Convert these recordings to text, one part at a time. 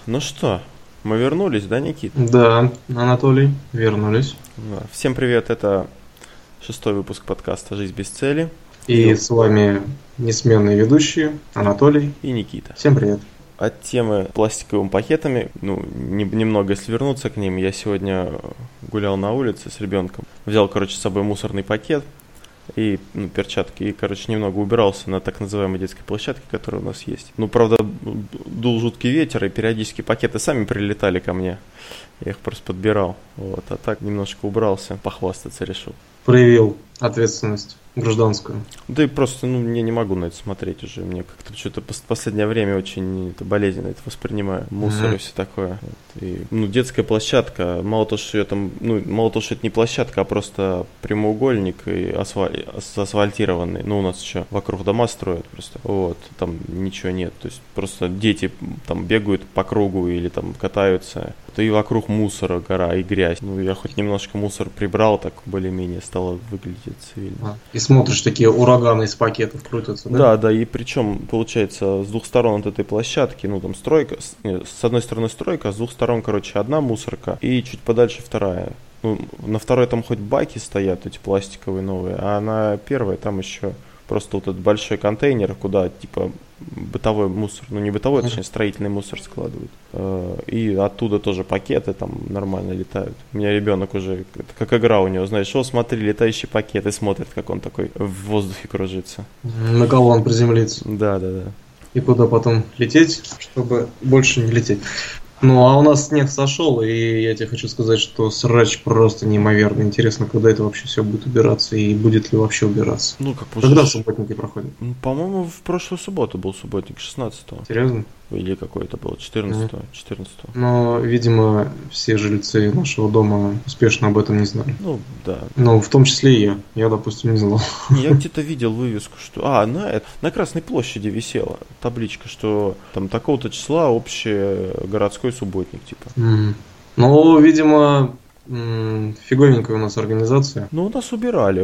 Ну что, мы вернулись, да, Никит? Да, Анатолий, вернулись. Да. Всем привет, это 6-й выпуск подкаста «Жизнь без цели». И с вами несменные ведущие Анатолий и Никита. Всем привет. От темы пластиковыми пакетами, немного если вернуться к ним, я сегодня гулял на улице с ребенком, взял, с собой мусорный пакет и перчатки, и, немного убирался на так называемой детской площадке, которая у нас есть. Правда, дул жуткий ветер, и периодически пакеты сами прилетали ко мне. Я их просто подбирал. А так немножко убрался, похвастаться решил. Проявил ответственность гражданскую. Да и просто, я не могу на это смотреть уже. Мне как-то что-то в последнее время очень болезненно это воспринимаю. Мусор и все такое. И, детская площадка, мало того, что это не площадка, а просто прямоугольник и асфальтированный. У нас еще вокруг дома строят просто. Там ничего нет. То есть просто дети там бегают по кругу или там катаются. И вокруг мусора гора и грязь. Я хоть немножко мусор прибрал, так более-менее стало выглядеть цивильно. И смотришь, такие ураганы из пакетов крутятся, да? Да, и причем, получается, с двух сторон от этой площадки, там стройка, с одной стороны стройка, а с двух сторон, одна мусорка и чуть подальше вторая. На второй там хоть баки стоят, эти пластиковые новые, а на первой там еще просто этот большой контейнер, куда бытовой мусор, не бытовой, точнее строительный мусор складывают. И оттуда тоже пакеты там нормально летают. У меня ребенок уже, как игра у него, знаешь, смотри, летающий пакет, и смотрит, как он такой в воздухе кружится. На кого он приземлится. Да. И куда потом лететь, чтобы больше не лететь. А у нас снег сошел, и я тебе хочу сказать, что срач просто неимоверно. Интересно, когда это вообще все будет убираться, и будет ли вообще убираться. Когда субботники проходят? По-моему, в прошлую субботу был субботник, 16-го. Серьезно? Или какой-то был, 14-го. 14-го. Но, видимо, все жильцы нашего дома успешно об этом не знали. Да. В том числе и я. Я, допустим, не знал. Я где-то видел вывеску, что... на Красной площади висела табличка, что там такого-то числа общий городской субботник, видимо... фиговенькая у нас организация. У нас убирали,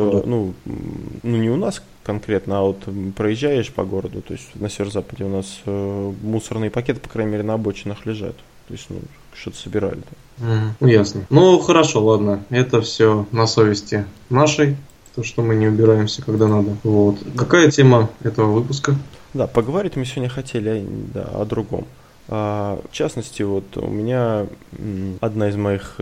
не у нас конкретно, а проезжаешь по городу, то есть на северо-западе у нас мусорные пакеты, по крайней мере, на обочинах лежат, то есть, что-то собирали. Ясно. Хорошо, ладно, это все на совести нашей, то, что мы не убираемся, когда надо. Какая тема этого выпуска? Да, поговорить мы сегодня хотели о другом. В частности, у меня одна из моих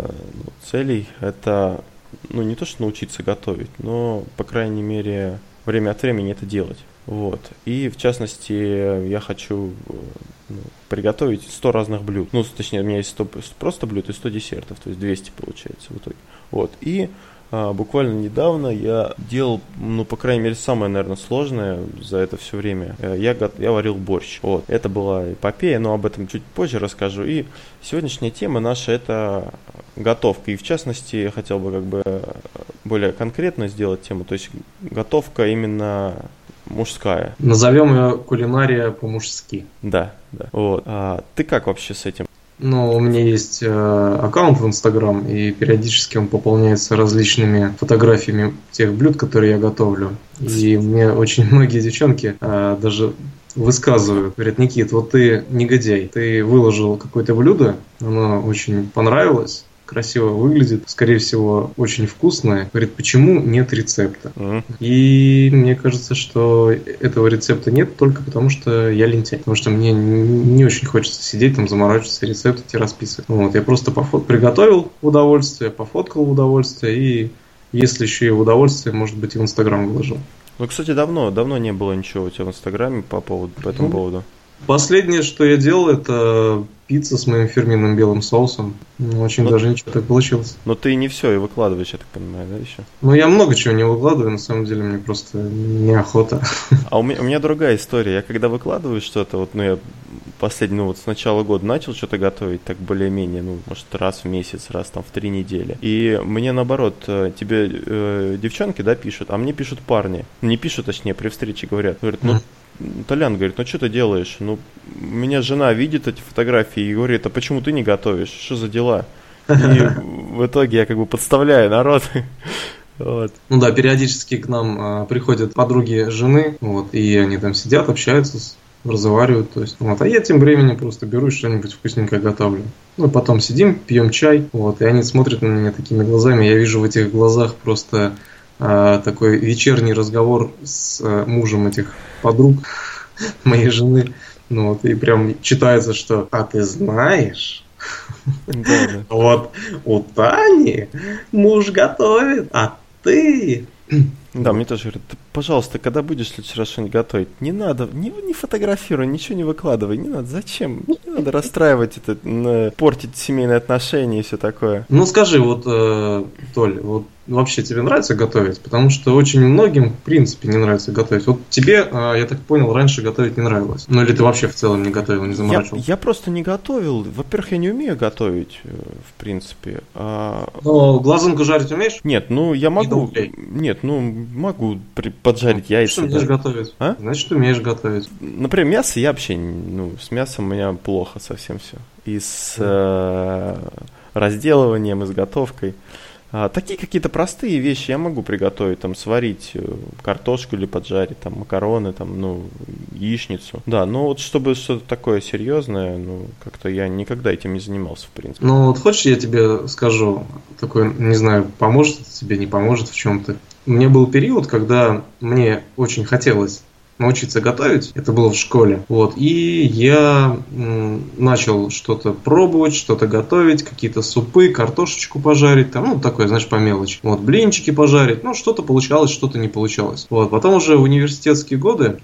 целей – это, не то что научиться готовить, но, по крайней мере, время от времени это делать. И, в частности, я хочу приготовить 100 разных блюд. Точнее, у меня есть 100 просто блюд и 100 десертов, то есть 200 получается в итоге. И буквально недавно я делал, по крайней мере, самое, наверное, сложное за это все время. Я варил борщ. Это была эпопея, но об этом чуть позже расскажу. И сегодняшняя тема наша – это готовка. И, в частности, я хотел бы более конкретно сделать тему. То есть готовка именно мужская. Назовем ее кулинария по-мужски. Да. Ты как вообще с этим? У меня есть аккаунт в Инстаграм, и периодически он пополняется различными фотографиями тех блюд, которые я готовлю. И мне очень многие девчонки даже высказывают, говорят: Никит, ты негодяй, ты выложил какое-то блюдо, оно очень понравилось, красиво выглядит, скорее всего, очень вкусное. Говорит, почему нет рецепта? И мне кажется, что этого рецепта нет только потому, что я лентяй. Потому что мне не очень хочется сидеть там, заморачиваться, рецепты эти расписывать. Я просто приготовил в удовольствие, пофоткал в удовольствие, и если еще и в удовольствие, может быть, и в Инстаграм выложил. Кстати, давно не было ничего у тебя в Инстаграме по этому поводу. Последнее, что я делал, это пицца с моим фирменным белым соусом. Очень даже ничего так получилось. Но ты не все и выкладываешь, я так понимаю, да, еще? Я много чего не выкладываю, на самом деле мне просто неохота. А у меня другая история. Я когда выкладываю что-то, я последний, с начала года начал что-то готовить, так более-менее, может, раз в месяц, раз там в 3 недели. И мне наоборот, тебе девчонки, пишут, а мне пишут парни. Не пишут, точнее, при встрече говорят, Толян говорит, что ты делаешь? Меня жена видит эти фотографии и говорит, а почему ты не готовишь? Что за дела? И в итоге я подставляю народ. Периодически к нам приходят подруги жены, и они там сидят, общаются разговаривают, то есть, вот, а я тем временем просто беру и что-нибудь вкусненькое готовлю. Ну, потом сидим, пьем чай, вот, и они смотрят на меня такими глазами, я вижу в этих глазах просто такой вечерний разговор с мужем этих подруг моей жены, ну, вот, и прям читается, что, а ты знаешь... Да. Вот у Тани муж готовит, а ты... Да, мне тоже говорят, пожалуйста, когда будешь в следующий раз что-нибудь готовить, не надо, не фотографируй, ничего не выкладывай, не надо, зачем? Не надо расстраивать это, портить семейные отношения и все такое. Ну скажи, вот, Толь, вот вообще тебе нравится готовить? Потому что очень многим, в принципе, не нравится готовить. Вот тебе, я так понял, раньше готовить не нравилось. Ну или ты вообще в целом не готовил, не заморачивался? Я просто не готовил. Во-первых, я не умею готовить, в принципе. Но глазунку жарить умеешь? Нет, ну я могу. Нет, ну могу поджарить яйца. Значит, умеешь готовить. А? Значит, умеешь готовить. Например, мясо я вообще, с мясом у меня плохо совсем все. И с разделыванием, и с готовкой. Такие какие-то простые вещи я могу приготовить, там, сварить картошку или поджарить, там, макароны, там, яичницу. Да, но вот чтобы что-то такое серьезное, как-то я никогда этим не занимался, в принципе. Ну, вот хочешь, я тебе скажу, такой, не знаю, поможет это тебе, не поможет в чем-то. У меня был период, когда мне очень хотелось научиться готовить, это было в школе, вот, и я начал что-то пробовать, что-то готовить, какие-то супы, картошечку пожарить, там, такое, знаешь, по мелочи, вот, блинчики пожарить, что-то получалось, что-то не получалось, вот, потом уже в университетские годы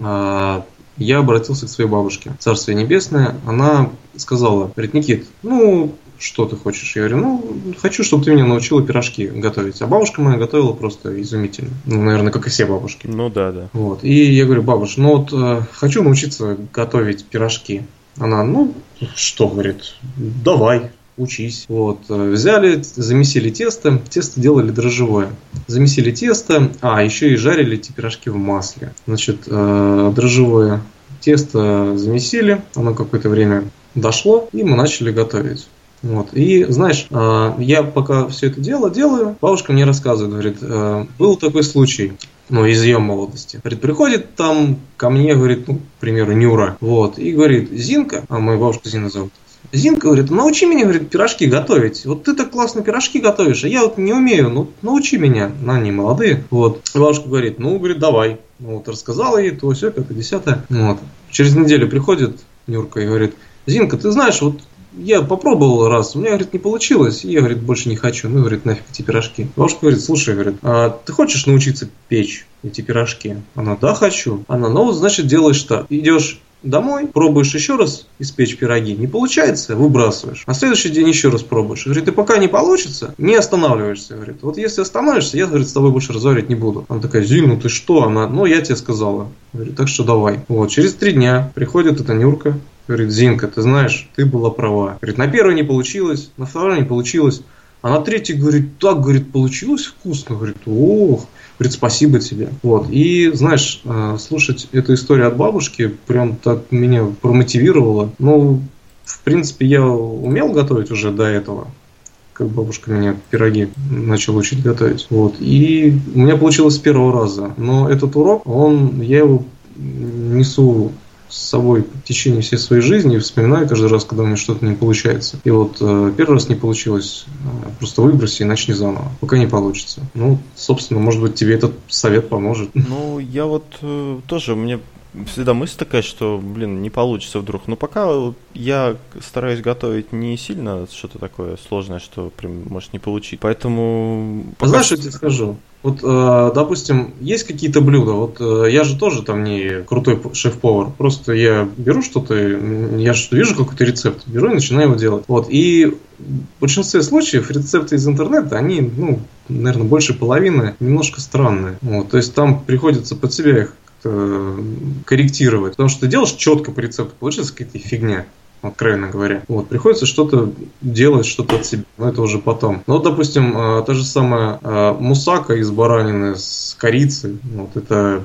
я обратился к своей бабушке, Царствие Небесное, она сказала, говорит, Никит, что ты хочешь? Я говорю, хочу, чтобы ты меня научила пирожки готовить. А бабушка моя готовила просто изумительно. Наверное, как и все бабушки. Ну да. Вот. И я говорю, бабуш, хочу научиться готовить пирожки. Она, что, говорит, давай, учись. Вот. Взяли, замесили тесто. Тесто делали дрожжевое. Замесили тесто, еще и жарили эти пирожки в масле. Значит, дрожжевое тесто замесили. Оно какое-то время дошло, и мы начали готовить. Вот. И, знаешь, я пока все это делаю, бабушка мне рассказывает, говорит, был такой случай, из ее молодости. Говорит, приходит там ко мне, говорит, к примеру, Нюра, вот, и говорит, Зинка, мою бабушку Зина зовут, Зинка, говорит, научи меня, говорит, пирожки готовить. Вот ты так классно пирожки готовишь, а я вот не умею, научи меня. Они молодые. Вот. И бабушка говорит, говорит, давай. Рассказала ей, то, все, 5-10. Вот. Через неделю приходит Нюрка и говорит, Зинка, ты знаешь, вот я попробовал раз, у меня, говорит, не получилось, и я, говорит, больше не хочу, говорит, нафиг эти пирожки. Бабушка говорит, слушай, говорит, ты хочешь научиться печь эти пирожки? Она, да, хочу. Она, значит, делаешь так, идешь домой, пробуешь еще раз испечь пироги, не получается, выбрасываешь. А следующий день еще раз пробуешь. Говорит, и пока не получится, не останавливаешься. Говорит, вот если остановишься, я, говорит, с тобой больше разговаривать не буду. Она такая, Зин, ты что? Она, я тебе сказала. Говорит, так что давай. Вот, через 3 дня приходит эта Нюрка. Говорит, Зинка, ты знаешь, ты была права. Говорит, на первой не получилось, на второй не получилось. А на третьей, говорит, так, говорит, получилось вкусно. Говорит, ох, говорит, спасибо тебе. Вот. И, знаешь, слушать эту историю от бабушки прям так меня промотивировало. В принципе, я умел готовить уже до этого. Как бабушка меня пироги начала учить готовить. Вот. И у меня получилось с первого раза. Но этот урок, я его несу с собой в течение всей своей жизни и вспоминаю каждый раз, когда у меня что-то не получается. И вот первый раз не получилось, просто выброси и начни заново, пока не получится. Собственно, может быть, тебе этот совет поможет. Я вот тоже, мне всегда мысль такая, что, не получится вдруг. Но пока я стараюсь готовить не сильно что-то такое сложное, что прям может не получить. Поэтому... Знаешь, что я тебе скажу? Вот, допустим, есть какие-то блюда. Вот я же тоже там не крутой шеф-повар. Просто я беру что-то, я вижу какой-то рецепт, беру и начинаю его делать. Вот. И в большинстве случаев рецепты из интернета, они, наверное, больше половины немножко странные. Вот. То есть там приходится под себя их корректировать. Потому что ты делаешь четко по рецепту, получается какая-то фигня. Откровенно говоря. Вот, приходится что-то делать, что-то от себя. Но это уже потом. Допустим, та же самая мусака из баранины с корицей. Вот, это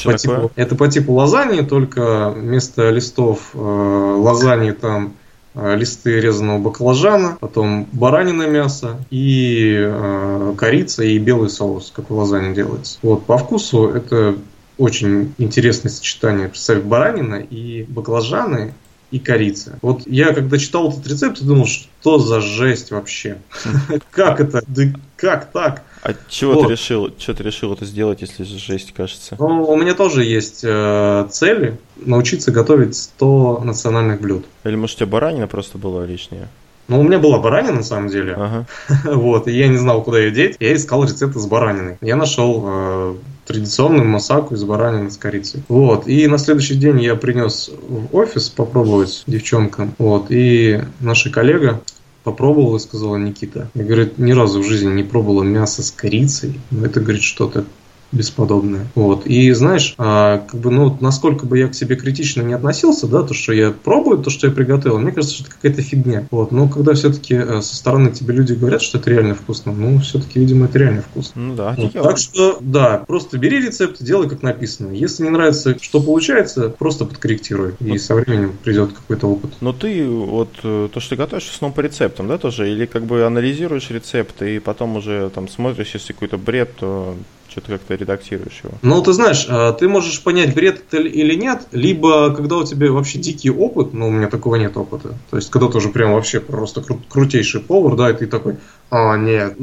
по типу лазаньи, только вместо листов лазаньи там листы резаного баклажана, потом баранина мясо и корица и белый соус, как в лазанье делается. Вот, по вкусу это очень интересное сочетание. Представь, баранина и баклажаны и корица. Вот я когда читал этот рецепт, я думал, что за жесть вообще? Как это? Да как так? А чего ты решил это сделать, если же жесть, кажется? Ну, у меня тоже есть цели научиться готовить 100 национальных блюд. Или может у тебя баранина просто была лишняя? Ну, у меня была баранина, на самом деле. Ага. Вот, и я не знал, куда ее деть. Я искал рецепты с бараниной. Я нашел традиционную масаку из баранины с корицей. Вот, и на следующий день я принес в офис попробовать девчонкам. Вот, и наша коллега попробовала и сказала: Никита, я, говорит, ни разу в жизни не пробовала мясо с корицей. Но это, говорит, что-то бесподобное. Вот. И знаешь, насколько бы я к себе критично не относился, да, то, что я пробую, то, что я приготовил, мне кажется, что это какая-то фигня. Вот. Но когда все-таки со стороны тебе люди говорят, что это реально вкусно, все-таки, видимо, это реально вкусно. Ну да. Вот. Так что, да, просто бери рецепт, делай как написано. Если не нравится, что получается, просто подкорректируй. И со временем придет какой-то опыт. Но ты вот то, что ты готовишь, в основном по рецептам, да, тоже? Или как бы анализируешь рецепт и потом уже там смотришь, если какой-то бред, то что-то как-то редактируешь его. Ну, ты знаешь, ты можешь понять, бред это или нет, либо когда у тебя вообще дикий опыт, но у меня такого нет опыта. То есть, когда ты уже прям вообще просто крутейший повар, да, и ты такой: нет,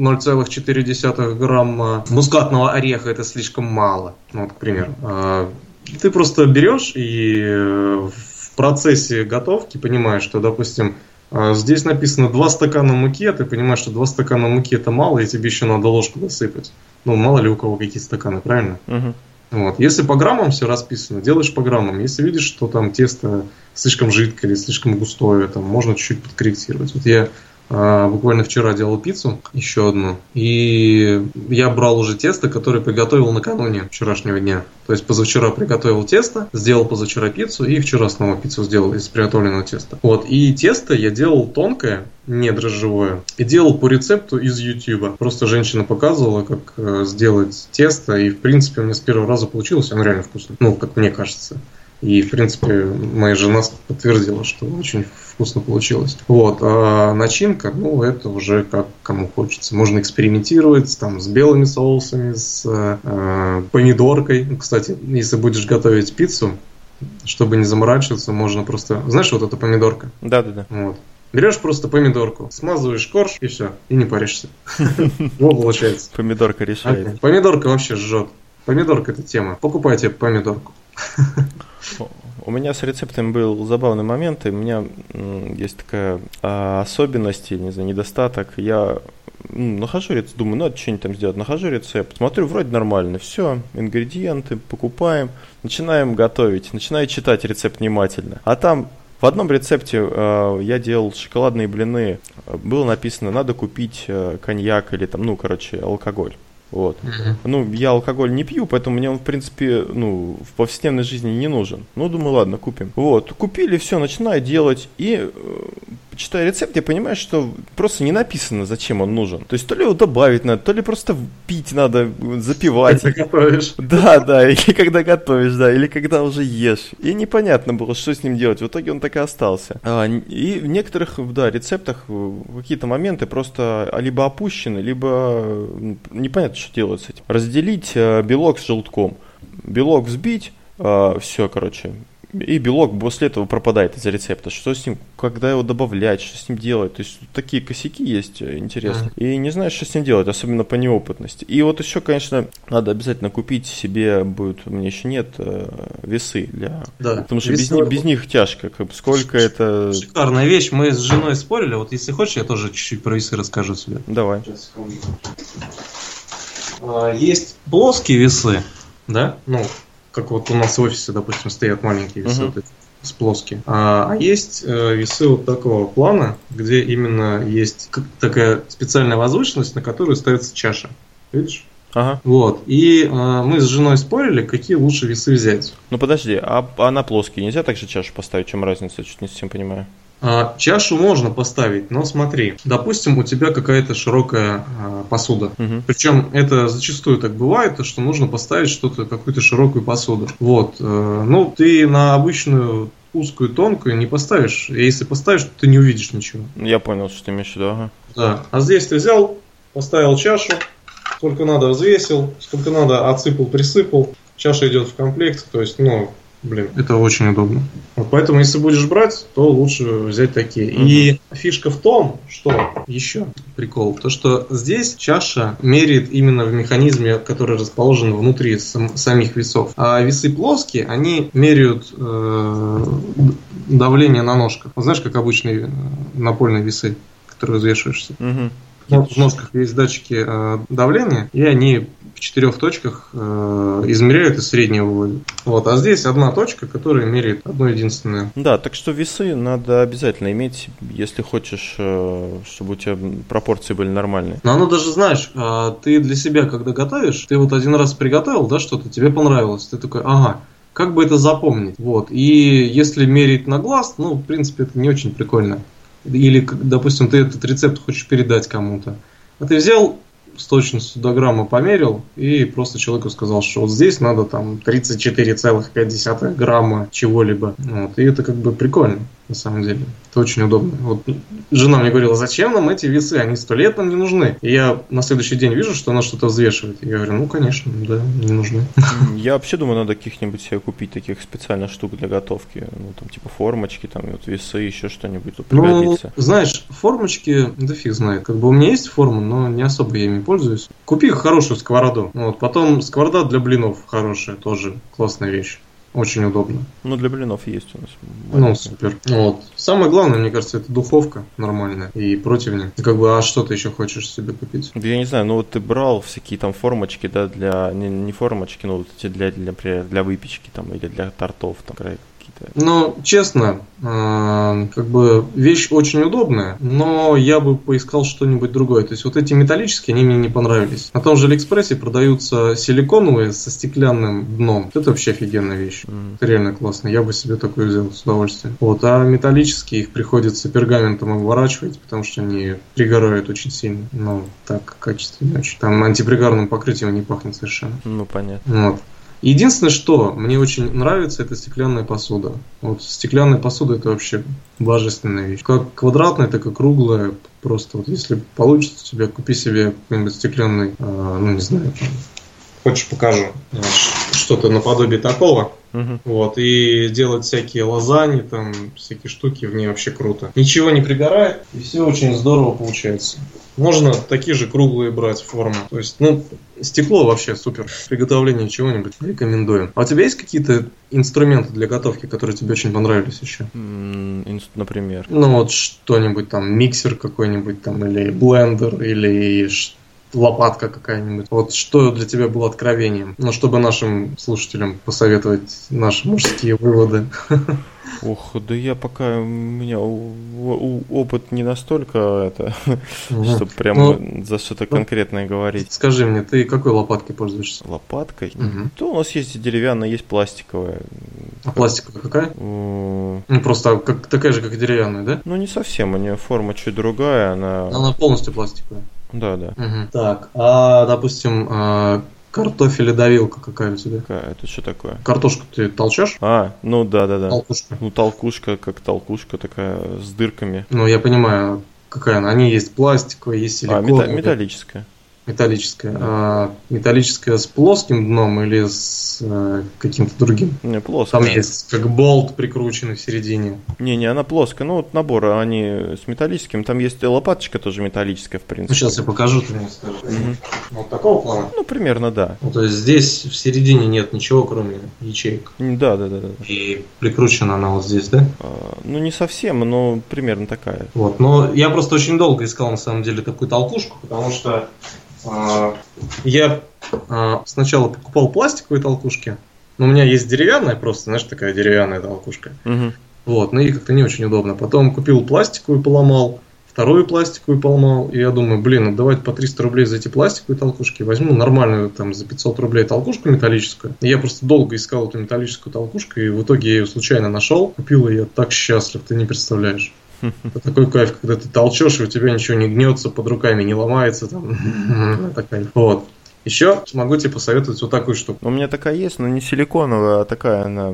0,4 грамма мускатного ореха это слишком мало. Ну, вот, к примеру. Ты просто берешь и в процессе готовки понимаешь, что, допустим, здесь написано 2 стакана муки, а ты понимаешь, что 2 стакана муки это мало, и тебе еще надо ложку досыпать. Ну, мало ли у кого какие стаканы, правильно? Вот. Если по граммам все расписано, делаешь по граммам. Если видишь, что там тесто слишком жидкое или слишком густое, там можно чуть-чуть подкорректировать. Вот я буквально вчера делал пиццу, еще одну, и я брал уже тесто, которое приготовил накануне вчерашнего дня. То есть позавчера приготовил тесто, сделал позавчера пиццу, и вчера снова пиццу сделал из приготовленного теста. Вот, и тесто я делал тонкое, не дрожжевое, и делал по рецепту из YouTube. Просто женщина показывала, как сделать тесто, и в принципе у меня с первого раза получилось, оно реально вкусно, ну, как мне кажется. И, в принципе, моя жена подтвердила, что очень вкусно получилось. Вот. А начинка, это уже как кому хочется. Можно экспериментировать там с белыми соусами, с помидоркой. Кстати, если будешь готовить пиццу, чтобы не заморачиваться, можно просто... Знаешь, вот эта помидорка? Да. Вот. Берешь просто помидорку, смазываешь корж, и все, и не паришься. Вот получается. Помидорка решает. Помидорка вообще жжет. Помидорка – это тема. Покупайте помидорку. У меня с рецептами был забавный момент, и у меня есть такая особенность, не знаю, недостаток. Я нахожу рецепт, думаю, надо что-нибудь там сделать, нахожу рецепт, смотрю, вроде нормально, все, ингредиенты покупаем, начинаем готовить, начинаю читать рецепт внимательно, а там в одном рецепте я делал шоколадные блины, было написано, надо купить коньяк или там, алкоголь. Вот. Я алкоголь не пью, поэтому мне он, в принципе, в повседневной жизни не нужен. Думаю, ладно, купим. Вот, купили, все, начинаю делать. И, читая рецепт, я понимаю, что просто не написано, зачем он нужен. То есть, то ли его добавить надо, то ли просто пить надо, запивать. Когда готовишь. Да, или когда готовишь, да, или когда уже ешь. И непонятно было, что с ним делать. В итоге он так и остался. И в некоторых, рецептах какие-то моменты просто либо опущены, либо непонятно, что делать с этим. Разделить белок с желтком. Белок взбить, все, и белок после этого пропадает из рецепта. Что с ним, когда его добавлять, что с ним делать. То есть такие косяки есть интересные. И не знаешь, что с ним делать, особенно по неопытности. И вот еще, конечно, надо обязательно купить себе, у меня еще нет, весы для... Да. Потому что без них тяжко. Сколько это... Шикарная вещь. Мы с женой спорили. Вот если хочешь, я тоже чуть-чуть про весы расскажу тебе. Давай. Есть плоские весы, да? Как вот у нас в офисе, допустим, стоят маленькие весы, вот эти, с плоские. А есть весы вот такого плана, где именно есть такая специальная возвышенность, на которую ставится чаша. Видишь? Ага. Вот. И мы с женой спорили, какие лучше весы взять. Подожди, а на плоские нельзя также чашу поставить? В чем разница? Я чуть не совсем понимаю. Чашу можно поставить, но смотри, допустим, у тебя какая-то широкая посуда. Причем это зачастую так бывает, что нужно поставить какую-то широкую посуду. Вот. Ты на обычную узкую, тонкую не поставишь. Если поставишь, то ты не увидишь ничего. Я понял, что ты имеешь в виду. Ага. Да. А здесь ты взял, поставил чашу, сколько надо взвесил, сколько надо отсыпал, присыпал. чаша идет в комплекте, то есть, это очень удобно. Вот поэтому, если будешь брать, то лучше взять такие. И фишка в том, что еще прикол, то что здесь чаша меряет именно в механизме, который расположен внутри самих весов. А весы плоские, они меряют давление на ножках. Вот знаешь, как обычные напольные весы, которые взвешиваешься. В ножках есть датчики давления, и они в 4 точках измеряют и среднее выводят. Вот, а здесь одна точка, которая меряет одно единственное. Да, так что весы надо обязательно иметь, если хочешь, чтобы у тебя пропорции были нормальные. Но оно даже, знаешь, ты для себя, когда готовишь, ты вот один раз приготовил, да, что-то, тебе понравилось, ты такой, как бы это запомнить? Вот, и если мерить на глаз, в принципе, это не очень прикольно. Или, допустим, ты этот рецепт хочешь передать кому-то. А ты взял с точностью до грамма померил и просто человеку сказал, что вот здесь надо там 34,5 грамма чего-либо. Вот. И это как бы прикольно, на самом деле. Это очень удобно. Вот жена мне говорила, зачем нам эти весы, они 100 лет нам не нужны. И я на следующий день вижу, что она что-то взвешивает. И я говорю, конечно, да, не нужны. Я вообще думаю, надо каких-нибудь себе купить таких специальных штук для готовки. Там типа формочки, там вот весы, еще что-нибудь тут пригодится. Знаешь, формочки, да фиг знает. Как бы у меня есть форма, но не особо я ими пользуюсь. Купи хорошую сковороду. Вот, потом сковорода для блинов хорошая, тоже классная вещь. Очень удобно. Для блинов есть у нас. Супер. Вот. Самое главное, мне кажется, это духовка нормальная и противни. А что ты еще хочешь себе купить? Я не знаю, ты брал всякие там формочки, да, для, не формочки, но вот эти например, для выпечки там или для тортов там, какие-то. Честно, вещь очень удобная, но я бы поискал что-нибудь другое. То есть вот эти металлические, они мне не понравились. На том же Алиэкспрессе продаются силиконовые со стеклянным дном. Это вообще офигенная вещь. Это реально классно. Я бы себе такую взял с удовольствием. Вот, а металлические их приходится пергаментом обворачивать, потому что они пригорают очень сильно. Так качественно не очень. Там антипригарным покрытием не пахнет совершенно. Понятно. Вот. Единственное, что мне очень нравится, это стеклянная посуда. Вот стеклянная посуда — это вообще божественная вещь. Как квадратная, так и круглая. Просто вот если получится у тебя, купи себе какой-нибудь стеклянный, не знаю, хочешь покажу, что-то наподобие такого. Вот, и делать всякие лазаньи, там, всякие штуки, в ней вообще круто. Ничего не пригорает, и все очень здорово получается. Можно такие же круглые брать формы. То есть, стекло вообще супер. Приготовление чего-нибудь рекомендую. А у тебя есть какие-то инструменты для готовки, которые тебе очень понравились еще? Например? Что-нибудь там, миксер какой-нибудь там, или блендер, или лопатка какая-нибудь. Вот что для тебя было откровением? Чтобы нашим слушателям посоветовать наши мужские выводы. Да я пока, у меня опыт не настолько чтобы прям за что-то конкретное говорить. Скажи мне, ты какой лопаткой пользуешься? Лопаткой? То у нас есть деревянная, есть пластиковая. А пластиковая какая? Просто такая же, как и деревянная, да? Не совсем, у нее форма чуть другая. Она полностью пластиковая. Да. Так, а допустим, картофеледовилка какая у тебя? Это что такое? Картошку ты толчешь? Да. Толкушка. Толкушка, как толкушка такая с дырками. Я понимаю, какая она. Они есть пластиковая, есть силиконовая. Металлическая. Металлическая. Металлическая с плоским дном или с каким-то другим? Не, плоская. Там есть как болт прикрученный в середине. Не, она плоская. Набор, они с металлическим. Там есть и лопаточка тоже металлическая, в принципе. Сейчас я покажу, ты мне скажешь. Вот такого плана? Примерно, да. То есть здесь в середине нет ничего, кроме ячеек. Да. И прикручена она вот здесь, да? Не совсем, но примерно такая. Вот, но я просто очень долго искал, на самом деле, такую толкушку, потому что я сначала покупал пластиковые толкушки, но у меня есть деревянная просто, знаешь, такая деревянная толкушка. Вот, но ей как-то не очень удобно. Потом купил пластиковую, поломал, вторую пластиковую поломал, и я думаю, давайте по 300 рублей за эти пластиковые толкушки возьму нормальную там за 500 рублей толкушку металлическую. И я просто долго искал эту металлическую толкушку, и в итоге я ее случайно нашел, купил ее, так счастлив, ты не представляешь. Это такой кайф, когда ты толчешь, и у тебя ничего не гнется, под руками не ломается. Вот. Еще могу тебе посоветовать вот такую штуку. У меня такая есть, но не силиконовая, а такая она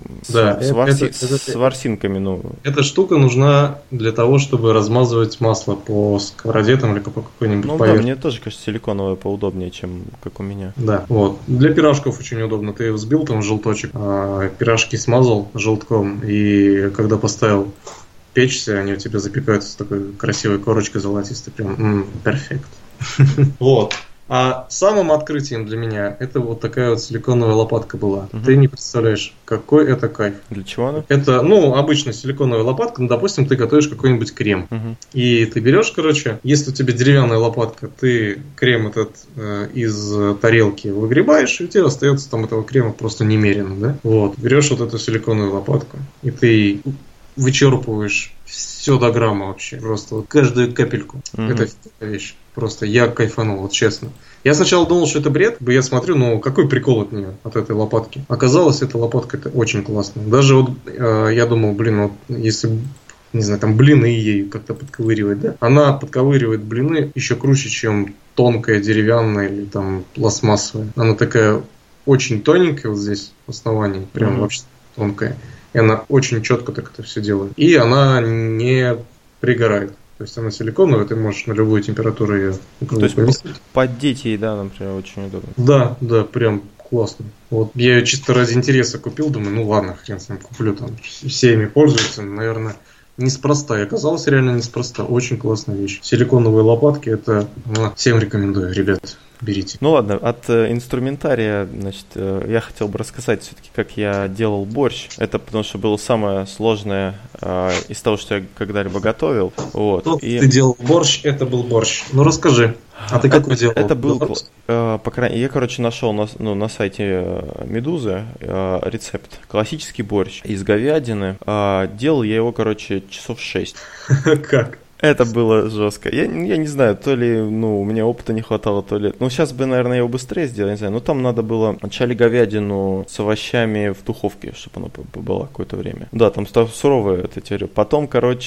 с ворсинками. Эта штука нужна для того, чтобы размазывать масло по сковороде там, или по какой-нибудь поверхности. Да, мне тоже кажется, силиконовая поудобнее, чем как у меня. Да, вот. Для пирожков очень удобно. Ты взбил там желточек, пирожки смазал желтком, и когда поставил печься, они у тебя запекаются с такой красивой корочкой золотистой. Прям перфект. Вот. А самым открытием для меня это вот такая вот силиконовая лопатка была. Ты не представляешь, какой это кайф. Для чего она? Это, обычная силиконовая лопатка, допустим, ты готовишь какой-нибудь крем. И ты берешь, если у тебя деревянная лопатка, ты крем этот из тарелки выгребаешь, и у тебя остается там этого крема просто немерено, да? Вот. Берешь вот эту силиконовую лопатку, и ты вычерпываешь все до грамма вообще. Просто вот каждую капельку. Это вещь. Просто я кайфанул, вот честно. Я сначала думал, что это бред. Я смотрю, какой прикол от нее, от этой лопатки. Оказалось, эта лопатка это очень классно. Даже вот я думал, если, не знаю, там блины ею как-то подковыривать, да? Она подковыривает блины еще круче, чем тонкая деревянная или там пластмассовая. Она такая очень тоненькая вот здесь в основании, прям вообще тонкая. И она очень четко так это все делает. И она не пригорает. То есть она силиконовая, ты можешь на любую температуру ее поместить. Поддеть ей, да, например, очень удобно. Да, прям классно. Вот я ее чисто ради интереса купил, думаю, ладно, хрен с ним куплю, там все ими пользуются, наверное, неспроста. И оказалось реально неспроста. Очень классная вещь. Силиконовые лопатки, это всем рекомендую, ребят. Берите. Ну ладно, от инструментария, значит, я хотел бы рассказать все-таки, как я делал борщ. Это потому что было самое сложное из того, что я когда-либо готовил. Вот. Ты делал борщ, это был борщ. Ну расскажи. А ты какой делал? Это был, я, нашел на сайте Медузы рецепт. Классический борщ из говядины. Делал я его, часов 6. Как? Это было жестко. Я не знаю, то ли, у меня опыта не хватало, то ли... сейчас бы, наверное, я его быстрее сделал, не знаю. Но там надо было вначале говядину с овощами в духовке, чтобы оно было какое-то время. Да, там суровая эта теория. Потом,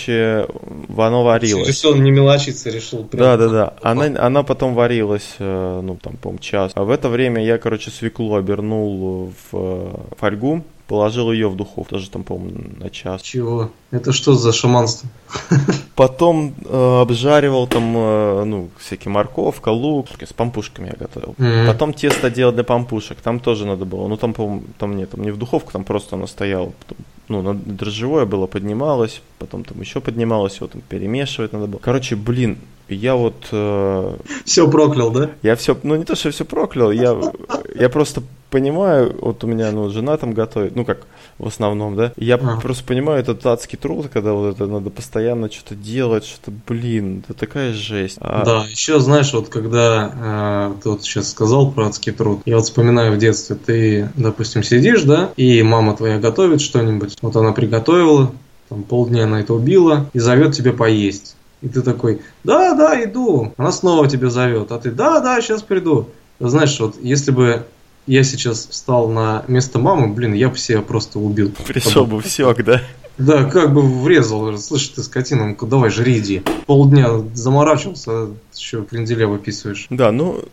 оно варилось. Решил не мелочиться, решил. Да. Она потом варилась, по-моему, час. А в это время я, свеклу обернул в фольгу. Положил ее в духовку, тоже там, по-моему, на час. Чего? Это что за шаманство? Потом обжаривал там, всякие морковка, лук. С пампушками я готовил. Потом тесто делал для пампушек. Там тоже надо было. Там, по-моему, там не в духовку, там просто оно стояло. Дрожжевое было, поднималось. Потом там еще поднималось, его там перемешивать надо было. Я все проклял, да? Я все, не то, что я все проклял, я просто понимаю, вот у меня, жена там готовит, как в основном, да, я просто понимаю этот адский труд, когда вот это надо постоянно что-то делать, это такая жесть. Да, еще знаешь, вот когда ты вот сейчас сказал про адский труд, я вот вспоминаю в детстве, ты, допустим, сидишь, да, и мама твоя готовит что-нибудь, вот она приготовила, там полдня на это убила и зовет тебя поесть. И ты такой, да, иду. Она снова тебя зовет, а ты, да, сейчас приду. Знаешь, вот если бы я сейчас встал на место мамы, я бы себя просто убил. Пришел бы всек, да? Да, как бы врезал. Слышь, ты скотина, ну-ка давай, жри, иди. Полдня заморачивался, а еще кренделя выписываешь. Да,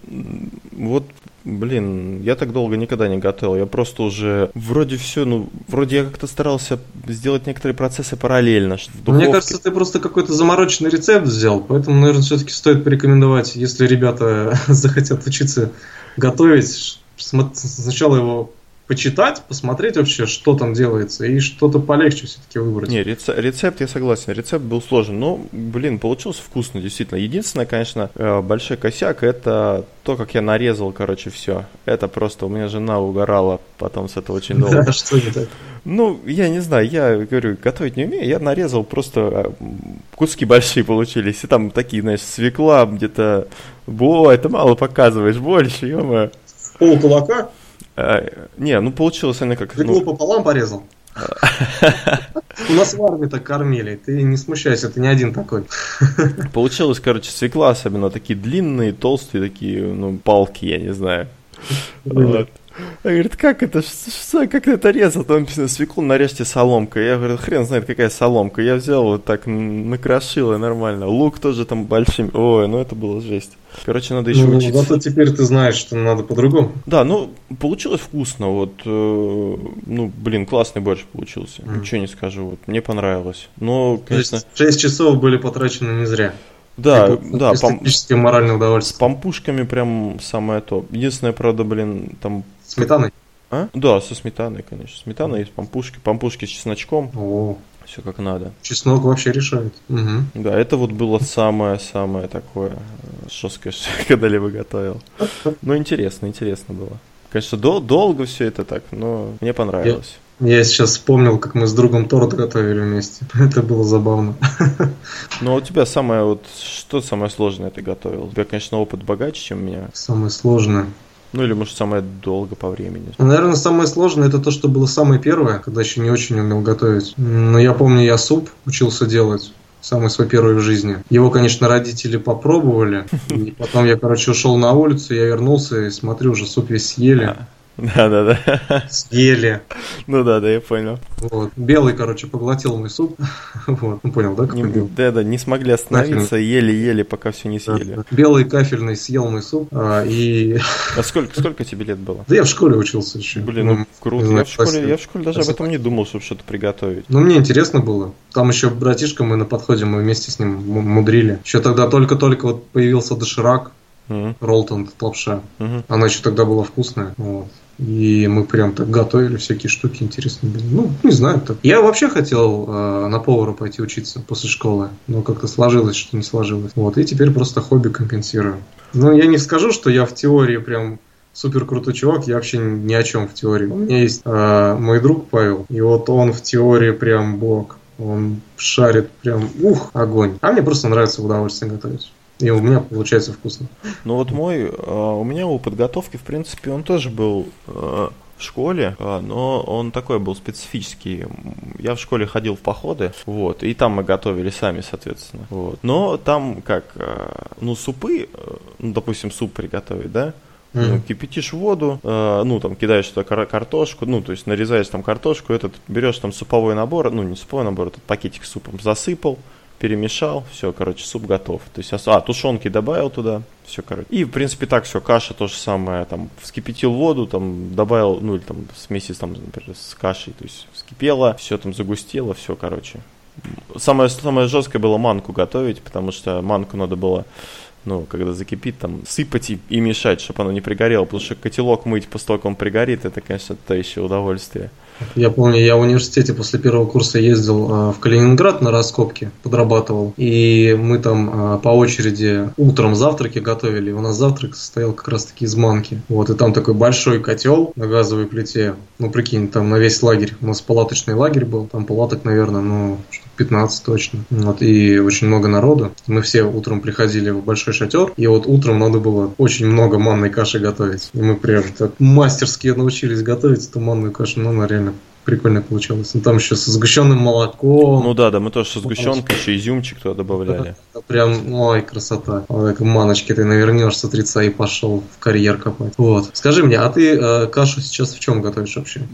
я так долго никогда не готовил. Я просто уже вроде я как-то старался сделать некоторые процессы параллельно. Мне кажется, ты просто какой-то замороченный рецепт взял, поэтому, наверное, все-таки стоит порекомендовать, если ребята захотят учиться готовить, сначала его почитать, посмотреть вообще, что там делается, и что-то полегче все-таки выбрать. Не, рецепт, я согласен, рецепт был сложен, но, получился вкусно, действительно. Единственное, конечно, большой косяк, это то, как я нарезал, все. Это просто, у меня жена угорала потом с этого очень долго. Да, что не так? Я не знаю, я говорю, готовить не умею, я нарезал просто, куски большие получились, и там такие, знаешь, свекла где-то, это мало показываешь, больше, ё-моё. Пол кулака? Получилось она как... Свеклу пополам порезал? У нас в армии так кормили, ты не смущайся, ты не один такой. Получилось, свекла, особенно такие длинные, толстые, такие, палки, я не знаю. Вот. говорит, как это, как это резать? Там написано, свеклу нарежьте соломкой. Я говорю, хрен знает, какая соломка. Я взял вот так, накрошил и нормально. Лук тоже там большим. Ой, ну это было жесть. Короче, надо еще учиться. Зато теперь ты знаешь, что надо по-другому. Да, ну, получилось вкусно. Вот, классный борщ получился. Ничего не скажу. Вот, мне понравилось. Но, конечно... 6 часов были потрачены не зря. Да, эстетическое моральное удовольствие. С пампушками прям самое то. Единственное, правда, там... Сметаной? А? Да, со сметаной, конечно. Сметана и пампушки. Пампушки с чесночком. О. Все как надо. Чеснок вообще решает. Угу. Да, это вот было самое-самое такое жесткое, что я когда-либо готовил. Ну, интересно было. Конечно, долго все это так, но мне понравилось. Я сейчас вспомнил, как мы с другом торт готовили вместе. Это было забавно. Ну, а у тебя что самое сложное ты готовил? У тебя, конечно, опыт богаче, чем у меня. Самое сложное. Ну, или, может, самое долго по времени. Наверное, самое сложное это то, что было самое первое, когда еще не очень умел готовить. Но я помню, я суп учился делать. Самый свой первый в жизни. Его, конечно, родители попробовали. И потом я, ушел на улицу, я вернулся и смотрю, уже суп весь съели. Да. Съели. Ну да, я понял. Вот. Белый, поглотил мой суп. Вот. Ну, понял, да? Да, не смогли остановиться, ели, пока все не съели. Да. Белый кафельный съел мой суп. А сколько тебе лет было? Да я в школе учился еще. Блин, круто. Я в школе даже об этом не думал, чтобы что-то приготовить. Ну, мне интересно было. Там еще братишка, мы на подходе, мы вместе с ним мудрили. Еще тогда только-только вот появился доширак. Ролтон, лапша. Она еще тогда была вкусная. Вот. И мы прям так готовили всякие штуки интересные. Ну, не знаю. Так. Я вообще хотел на повара пойти учиться после школы. Но как-то сложилось, что не сложилось. Вот. И теперь просто хобби компенсирую. Ну, я не скажу, что я в теории прям супер крутой чувак. Я вообще ни о чем в теории. У меня есть мой друг Павел. И вот он в теории прям бог. Он шарит прям огонь. А мне просто нравится в удовольствие готовить. И у меня получается вкусно. Ну вот у меня опыт готовки, в принципе, он тоже был в школе, но он такой был специфический. Я в школе ходил в походы, вот, и там мы готовили сами, соответственно. Вот. Но там супы, допустим, суп приготовить, да? Кипятишь воду, там кидаешь туда картошку, то есть нарезаешь там картошку, берешь там суповой набор, не суповой набор, этот пакетик с супом засыпал, перемешал, все, суп готов. То есть, тушенки добавил туда, все, И, в принципе, так все, каша то же самое, там, вскипятил воду, там, добавил, или там, смеси, там, например, с кашей, то есть, вскипело, все там загустело, все, Самое жесткое было манку готовить, потому что манку надо было, когда закипит, там, сыпать и мешать, чтобы оно не пригорело, потому что котелок мыть после того, как он пригорит, это, конечно, то еще удовольствие. Я помню, я в университете после первого курса ездил в Калининград на раскопки, подрабатывал, и мы там по очереди утром завтраки готовили, у нас завтрак состоял как раз-таки из манки, вот, и там такой большой котел на газовой плите, прикинь, там на весь лагерь, у нас палаточный лагерь был, там палаток, наверное, 15 точно, вот, и очень много народу, мы все утром приходили в большой шатер, и вот утром надо было очень много манной каши готовить, и мы прям так мастерски научились готовить эту манную кашу, она реально прикольно получалось. Там еще со сгущенным молоком. Ну да, мы тоже со сгущенкой, еще изюмчик туда добавляли. Прям, красота. Маночки ты навернешь с утреца и пошел в карьер копать. Вот. Скажи мне, а ты кашу сейчас в чем готовишь вообще?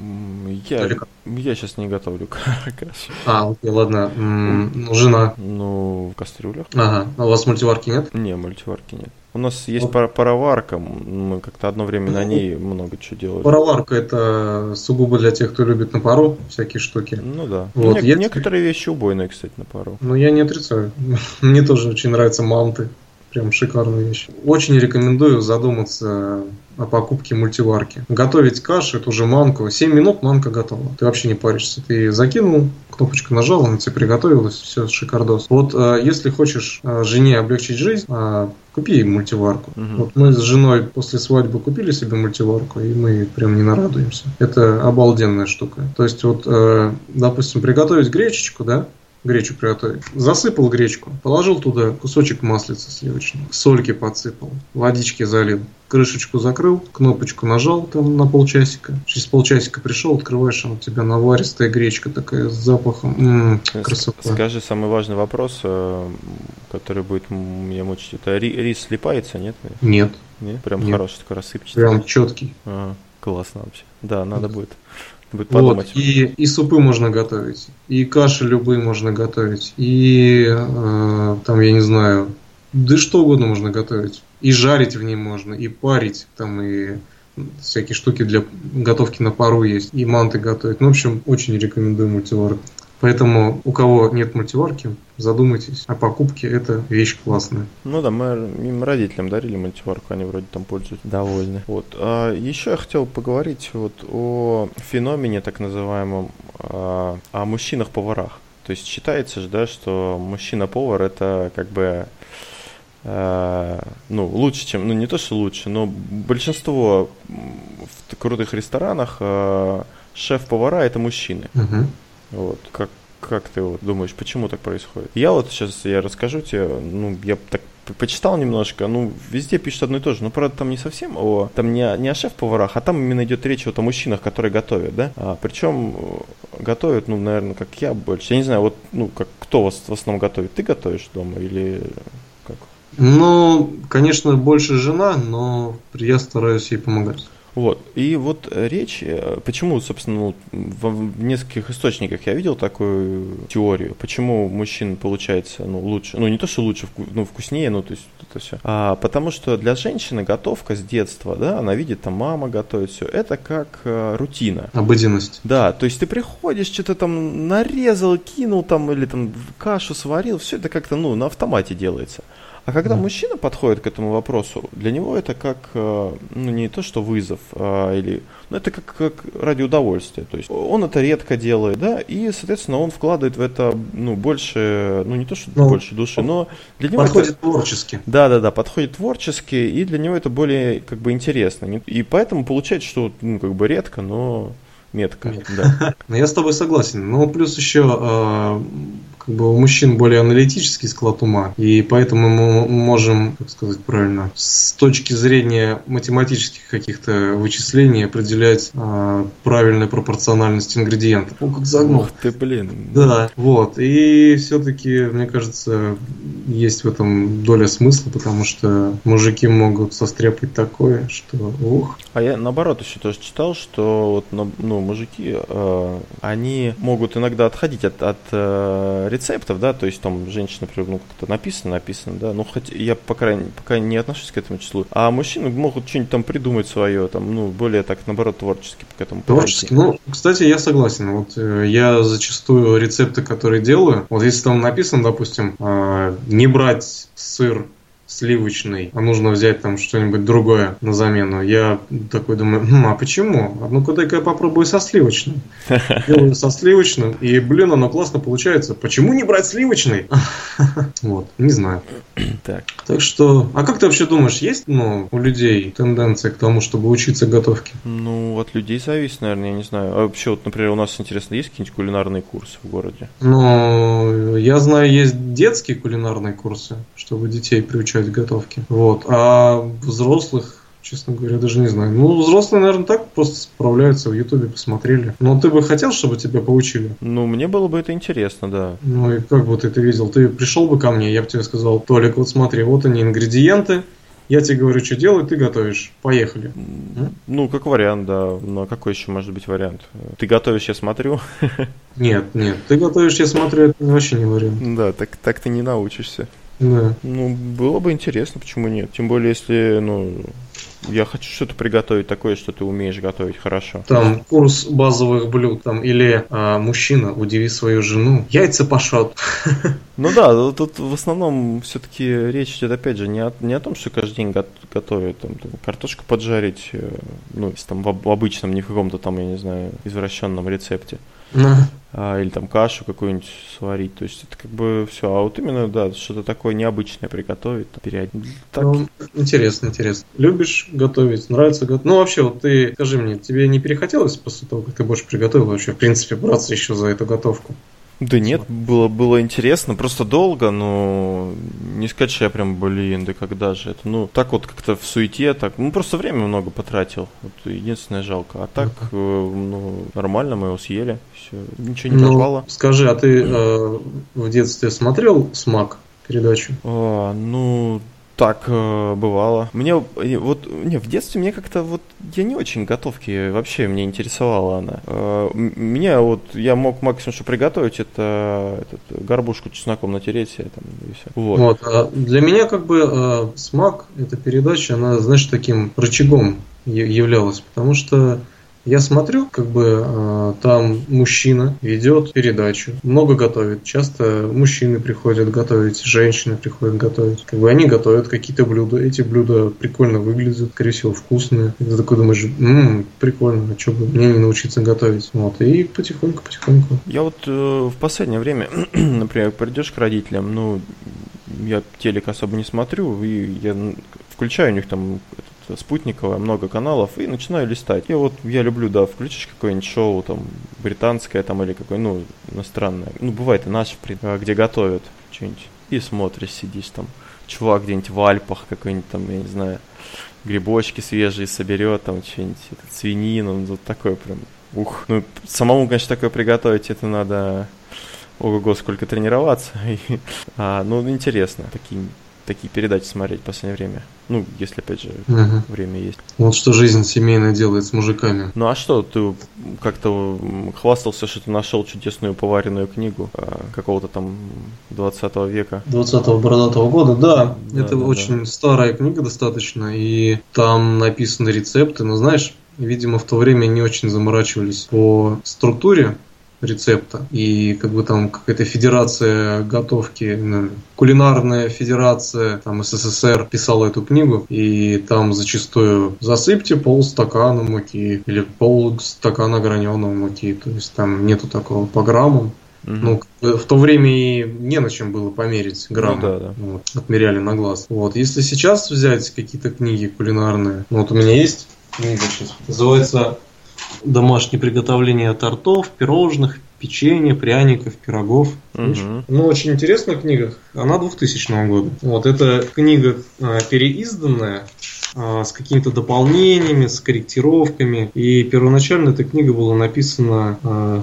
Я сейчас не готовлю кашу. Окей, ладно. Жена? В кастрюлях. Ага. А у вас мультиварки нет? Не, мультиварки нет. У нас есть пароварка, мы как-то одно время на ней много чего делали. Пароварка это сугубо для тех, кто любит на пару всякие штуки. Ну да. Вот. Некоторые вещи убойные, кстати, на пару. Я не отрицаю. Мне тоже очень нравятся манты. Прям шикарная вещь. Очень рекомендую задуматься о покупке мультиварки. Готовить кашу, эту же манку. 7 минут манка готова. Ты вообще не паришься. Ты закинул, кнопочку нажал, она тебе приготовилась, все, шикардос. Вот если хочешь жене облегчить жизнь, купи ей мультиварку. Вот мы с женой после свадьбы купили себе мультиварку, и мы прям не нарадуемся. Это обалденная штука. То есть допустим, приготовить гречечку, да? Гречу приготовить. Засыпал гречку, положил туда кусочек маслица сливочного, сольки подсыпал, водички залил, крышечку закрыл, кнопочку нажал там на полчасика. Через полчасика пришел, открываешь, а у тебя наваристая гречка такая с запахом. Красота. Скажи, самый важный вопрос, который будет меня мучить, это рис слипается, нет? Нет. Нет? Прям нет. Хороший такой рассыпчатый. Прям четкий. Класс. Классно вообще. Да, надо будет Вот, подумать. и супы можно готовить, и каши любые можно готовить, и там, я не знаю, да что угодно можно готовить. И жарить в ней можно, и парить, там, и всякие штуки для готовки на пару есть, и манты готовить. Ну, в общем, очень рекомендую мультиварку. Поэтому у кого нет мультиварки, задумайтесь о покупке, это вещь классная. Ну да, мы им родителям дарили мультиварку, они вроде там пользуются, довольны. Вот. А еще я хотел поговорить вот о феномене так называемом, о мужчинах-поварах. То есть считается же, да, что мужчина-повар это как бы ну, лучше, чем, ну не то, что лучше, но большинство в крутых ресторанах шеф-повара это мужчины. Угу. Вот, как ты вот думаешь, почему так происходит? Я вот сейчас я расскажу тебе, ну, я так почитал немножко, ну, везде пишут одно и то же, но, правда, там не совсем там не о шеф-поварах, а там именно идет речь вот о мужчинах, которые готовят, да? Причем готовят, ну, наверное, как я больше, я не знаю, вот, ну, как кто вас в основном готовит? Ты готовишь дома или как? Ну, конечно, больше жена, но я стараюсь ей помогать. Вот, и вот речь, почему, собственно, ну, в нескольких источниках я видел такую теорию, почему мужчин получается, ну, лучше, ну, не то, что лучше, ну, вкуснее, ну, то есть это все, потому что для женщины готовка с детства, да, она видит, там, мама готовит все, это как рутина. Обыденность. Да, то есть ты приходишь, что-то там нарезал, кинул там, или там кашу сварил, все это как-то, ну, на автомате делается. А когда мужчина подходит к этому вопросу, для него это как, ну, не то, что вызов, или, ну, это как ради удовольствия. То есть он это редко делает, да, и, соответственно, он вкладывает в это, ну, больше, ну, не то, что больше души, но для него подходит это, творчески. Да, подходит творчески, и для него это более, как бы, интересно. И поэтому получается, что, ну, как бы редко, но метко. Да. Я с тобой согласен. Но плюс еще как бы у мужчин более аналитический склад ума, и поэтому мы можем, как сказать правильно, с точки зрения математических каких-то вычислений определять правильную пропорциональность ингредиентов. Ну, как загнул. Ух ты, блин. Да, вот. И все-таки, мне кажется, есть в этом доля смысла, потому что мужики могут состряпать такое, что ух. А я наоборот еще тоже читал, что вот, ну, мужики, они могут иногда отходить от рецептов, да, то есть там женщина, например, ну, как-то написано, да, ну, хоть я пока не отношусь к этому числу, а мужчины могут что-нибудь там придумать свое, там, ну, более так, наоборот, творчески к этому подойти. Творчески, ну, кстати, я согласен, вот я зачастую рецепты, которые делаю, вот если там написано, допустим, не брать сыр сливочный, а нужно взять там что-нибудь другое на замену. Я такой думаю, а почему? Ну-ка дай-ка я попробую со сливочным. Делаю со сливочным, и, блин, оно классно получается. Почему не брать сливочный? Вот, не знаю. Так что, а как ты вообще думаешь, есть, ну, у людей тенденция к тому, чтобы учиться готовке? Ну, от людей зависит, наверное, я не знаю. А вообще, вот, например, у нас, интересно, есть какие-нибудь кулинарные курсы в городе? Ну, я знаю, есть детские кулинарные курсы, чтобы детей приучать к готовке. Вот. А взрослых, честно говоря, даже не знаю. Ну, взрослые, наверное, так просто справляются, в Ютубе посмотрели. Но ты бы хотел, чтобы тебя поучили? Ну, мне было бы это интересно, да. Ну, и как бы ты это видел? Ты пришел бы ко мне, я бы тебе сказал, Толик, вот смотри, вот они ингредиенты, я тебе говорю, что делать, ты готовишь. Поехали. Ну, как вариант, да. Но какой еще может быть вариант? Ты готовишь, я смотрю. Нет, ты готовишь, я смотрю, это вообще не вариант. Да, так ты не научишься. Да. Ну, было бы интересно, почему нет? Тем более, если, ну, я хочу что-то приготовить такое, что ты умеешь готовить хорошо. Там курс базовых блюд, там, или мужчина, удиви свою жену, яйца пашот. Ну да, тут в основном все-таки речь идет, опять же, не о том, что каждый день готовят, там, картошку поджарить, ну, если там в обычном, не в каком-то там, я не знаю, извращенном рецепте. Или там кашу какую-нибудь сварить. То есть это как бы все. А вот именно, да, что-то такое необычное приготовить. Ну, интересно. Любишь готовить? Нравится готовить? Ну, вообще, вот ты скажи мне, тебе не перехотелось после того, как ты больше приготовил, вообще, в принципе, браться еще за эту готовку? Да нет, было интересно, просто долго, но не сказать, что я прям, да когда же это, ну, так вот как-то в суете, так, ну, просто время много потратил, вот единственное жалко, а так, ну, нормально, мы его съели, все, ничего не пропало. Скажи, а ты в детстве смотрел «Смак» передачу? Ну, Так, бывало. В детстве мне как-то я не очень готовки, вообще мне интересовала она. Я мог максимум, что приготовить, это горбушку чесноком натереть, и все. Вот. Для меня «Смак», эта передача, она, знаешь, таким рычагом являлась, потому что я смотрю, там мужчина ведет передачу, много готовит. Часто мужчины приходят готовить, женщины приходят готовить. Они готовят какие-то блюда. Эти блюда прикольно выглядят, скорее всего, вкусные. И ты такой думаешь, прикольно, а что бы мне не научиться готовить? И потихоньку. Я в последнее время, например, придешь к родителям, я телек особо не смотрю, и я включаю у них там спутниковое, много каналов, и начинаю листать. Я люблю, включишь какое-нибудь шоу, британское, или какое-нибудь, иностранное. Бывает и наше, где готовят что-нибудь. И смотришь, сидишь чувак где-нибудь в Альпах какой-нибудь я не знаю, грибочки свежие соберет, что-нибудь, свинину, такое прям, ух. Самому, конечно, такое приготовить, это надо, ого-го, сколько тренироваться. Интересно, такие передачи смотреть в последнее время. Если, опять же, время есть. Вот что жизнь семейная делает с мужиками. А что, ты как-то хвастался, что ты нашел чудесную поваренную книгу какого-то 20 века? 20-го бородатого года, да. Это очень старая книга достаточно, и там написаны рецепты. Но знаешь, видимо, в то время не очень заморачивались по структуре рецепта. И там какая-то федерация готовки, кулинарная федерация СССР писала эту книгу, и там зачастую засыпьте полстакана муки или полстакана граненой муки. То есть там нету такого по граммам. В то время и не на чем было померить граммы. Отмеряли на глаз. Если сейчас взять какие-то книги кулинарные, у меня есть книга сейчас, называется «Домашнее приготовление тортов, пирожных, печенья, пряников, пирогов». Очень интересная книга. Она 2000 года. Это книга переизданная, с какими-то дополнениями, с корректировками. И первоначально эта книга была написана в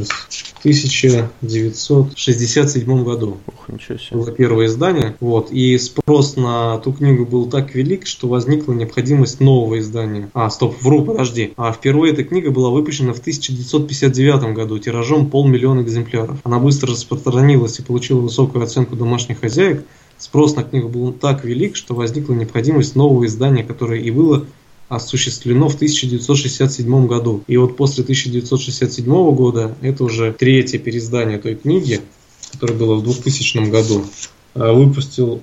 1967 году. Ничего себе. Было первое издание. И спрос на ту книгу был так велик, что возникла необходимость нового издания. Впервые эта книга была выпущена в 1959 году тиражом 500 000 экземпляров. Она быстро распространилась и получила высокую оценку домашних хозяек. Спрос на книгу был так велик, что возникла необходимость нового издания, которое и было осуществлено в 1967 году. И после 1967 года это уже третье переиздание той книги, которое было в 2000 году. Выпустили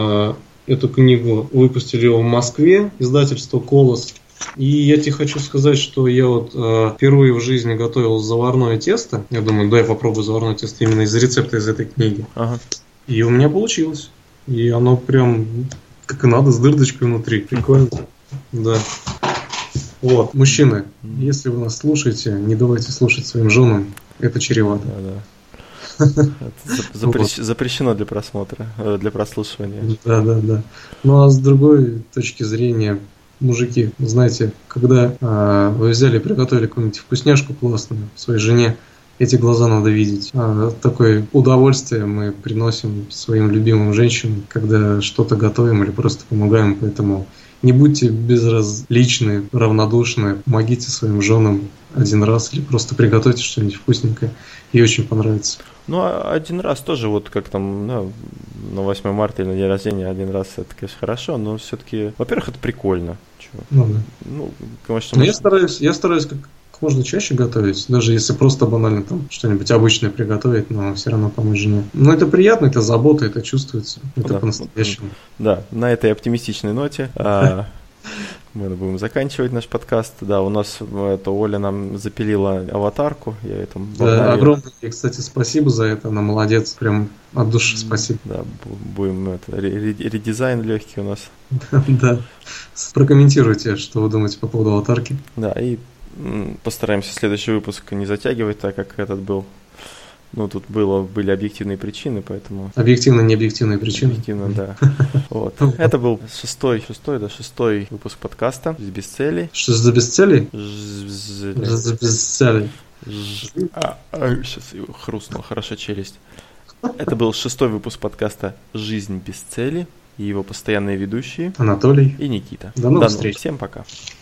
его в Москве, издательство «Колос». И я тебе хочу сказать, что я впервые в жизни готовил заварное тесто. Я думаю, я попробую заварное тесто именно из рецепта из этой книги. И у меня получилось. И оно прям как и надо, с дырочкой внутри. Прикольно. Да. Мужчины, если вы нас слушаете, не давайте слушать своим женам. Это чревато. Запрещено для просмотра, для прослушивания. Да. А с другой точки зрения, мужики, знаете, когда вы взяли и приготовили какую-нибудь вкусняшку классную своей жене, эти глаза надо видеть. Такое удовольствие мы приносим своим любимым женщинам, когда что-то готовим или просто помогаем. Поэтому не будьте безразличны, равнодушны, помогите своим женам один раз или просто приготовьте что-нибудь вкусненькое. Ей очень понравится. Один раз тоже, на 8 марта или на день рождения один раз, это, конечно, хорошо, но все-таки, во-первых, это прикольно. Конечно, я стараюсь как можно чаще готовить, даже если просто банально что-нибудь обычное приготовить, но все равно помочь жене. Это приятно, это забота, это чувствуется, это по-настоящему. Да, на этой оптимистичной ноте мы будем заканчивать наш подкаст. Да, у нас Оля нам запилила аватарку. Огромное, кстати, спасибо за это, она молодец, прям от души спасибо. Да, будем редизайн легкий у нас. Да, прокомментируйте, что вы думаете по поводу аватарки. Да, и постараемся следующий выпуск не затягивать, так как этот был. Тут были объективные причины, поэтому... Объективно-необъективные причины. Объективно, да. Это был шестой выпуск подкаста «Без целей». Что за без целей? Без целей. Сейчас хрустнула хорошо челюсть. Это был 6-й выпуск подкаста «Жизнь без цели». и его постоянные ведущие Анатолий и Никита. До новых встреч. Всем пока.